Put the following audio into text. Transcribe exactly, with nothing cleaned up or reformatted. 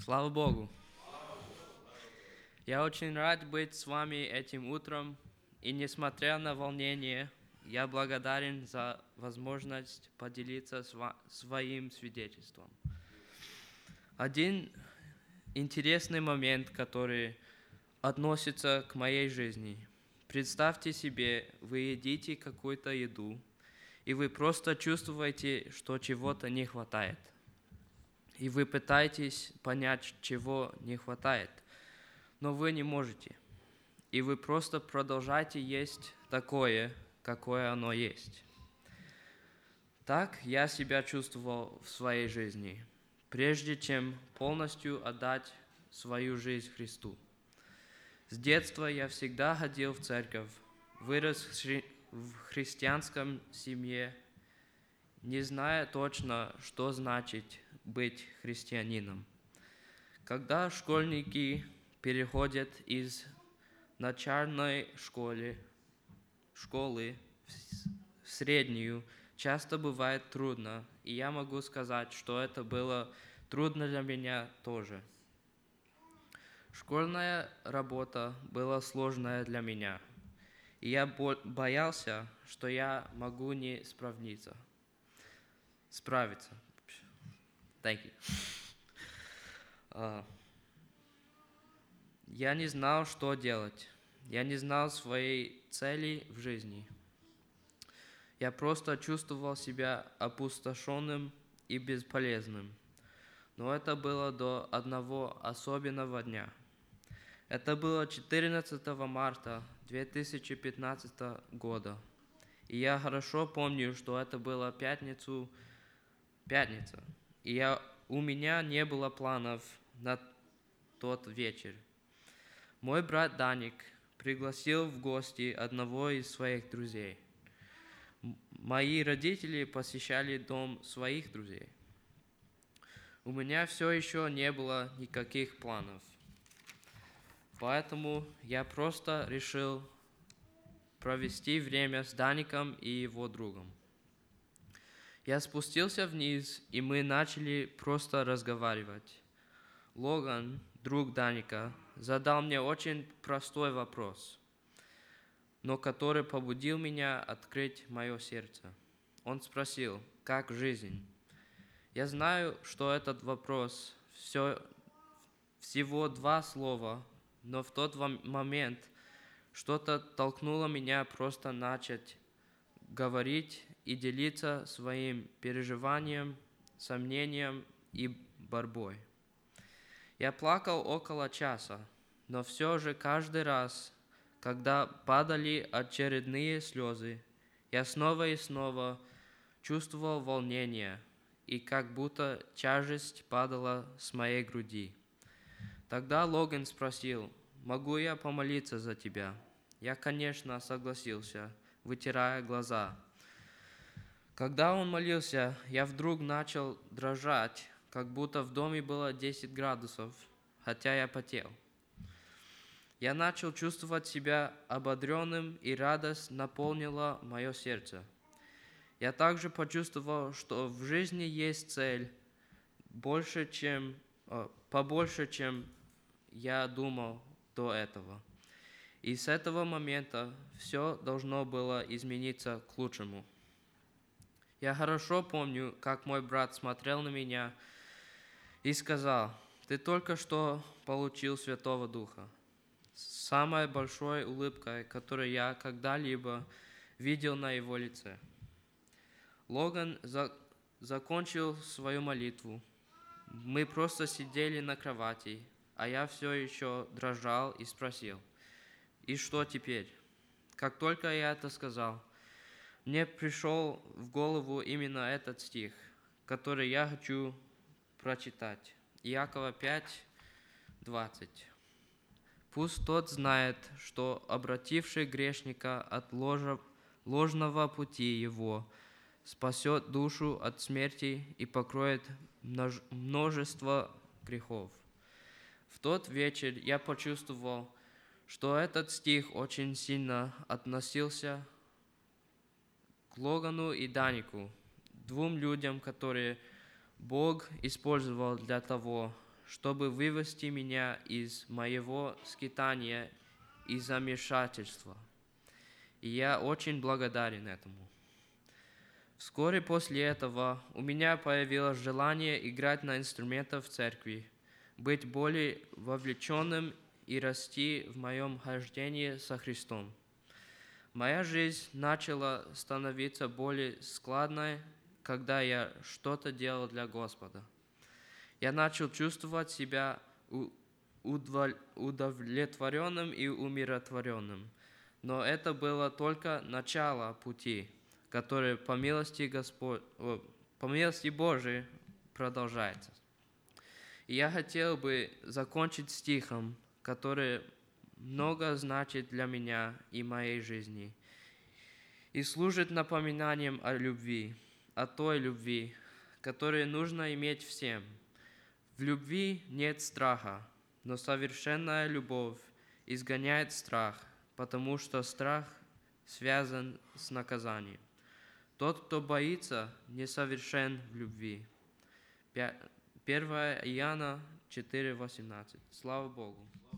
Слава Богу! Я очень рад быть с вами этим утром, и несмотря на волнение, я благодарен за возможность поделиться своим свидетельством. Один интересный момент, который относится к моей жизни. Представьте себе, вы едите какую-то еду, и вы просто чувствуете, что чего-то не хватает. И вы пытаетесь понять, чего не хватает, но вы не можете. И вы просто продолжаете есть такое, какое оно есть. Так я себя чувствовал в своей жизни, прежде чем полностью отдать свою жизнь Христу. С детства я всегда ходил в церковь, вырос в христианском семье, не зная точно, что значит быть христианином. Когда школьники переходят из начальной школы, школы в среднюю, часто бывает трудно, и я могу сказать, что это было трудно для меня тоже. Школьная работа была сложная для меня, и я боялся, что я могу не справиться. Справиться. Thank you. Uh, я не знал, что делать. Я не знал своей цели в жизни. Я просто чувствовал себя опустошенным и бесполезным. Но это было до одного особенного дня. Это было четырнадцатого марта две тысячи пятнадцатого года. И я хорошо помню, что это было пятницу, пятница. И я, у меня не было планов на тот вечер. Мой брат Даник пригласил в гости одного из своих друзей. Мои родители посещали дом своих друзей. У меня все еще не было никаких планов. Поэтому я просто решил провести время с Даником и его другом. Я спустился вниз, и мы начали просто разговаривать. Логан, друг Даника, задал мне очень простой вопрос, но который побудил меня открыть мое сердце. Он спросил, как жизнь? Я знаю, что этот вопрос все, всего два слова, но в тот момент что-то толкнуло меня просто начать говорить и делиться своим переживанием, сомнением и борьбой. Я плакал около часа, но все же каждый раз, когда падали очередные слезы, я снова и снова чувствовал волнение, и как будто тяжесть падала с моей груди. Тогда Логан спросил, могу я помолиться за тебя? Я, конечно, согласился, вытирая глаза. Когда он молился, я вдруг начал дрожать, как будто в доме было десять градусов, хотя я потел. Я начал чувствовать себя ободренным, и радость наполнила мое сердце. Я также почувствовал, что в жизни есть цель больше, чем, побольше, чем я думал до этого. И с этого момента все должно было измениться к лучшему. Я хорошо помню, как мой брат смотрел на меня и сказал, «Ты только что получил Святого Духа». С самой большой улыбкой, которую я когда-либо видел на его лице. Логан за- закончил свою молитву. Мы просто сидели на кровати, а я все еще дрожал и спросил, «И что теперь?» Как только я это сказал, мне пришел в голову именно этот стих, который я хочу прочитать. Иакова пять, двадцать. «Пусть тот знает, что обративший грешника от ложа, ложного пути его спасет душу от смерти и покроет множество грехов». В тот вечер я почувствовал, что этот стих очень сильно относился к Логану и Данику, двум людям, которые Бог использовал для того, чтобы вывести меня из моего скитания и замешательства. И я очень благодарен этому. Вскоре после этого у меня появилось желание играть на инструментах в церкви, быть более вовлеченным и расти в моем хождении со Христом. Моя жизнь начала становиться более складной, когда я что-то делал для Господа. Я начал чувствовать себя удовлетворенным и умиротворенным, но это было только начало пути, который по милости, Господь, по милости Божией продолжается. И я хотел бы закончить стихом, который много значит для меня и моей жизни, и служит напоминанием о любви, о той любви, которую нужно иметь всем. В любви нет страха, но совершенная любовь изгоняет страх, потому что страх связан с наказанием. Тот, кто боится, несовершен в любви. первое Иоанна четыре восемнадцать. Слава Богу!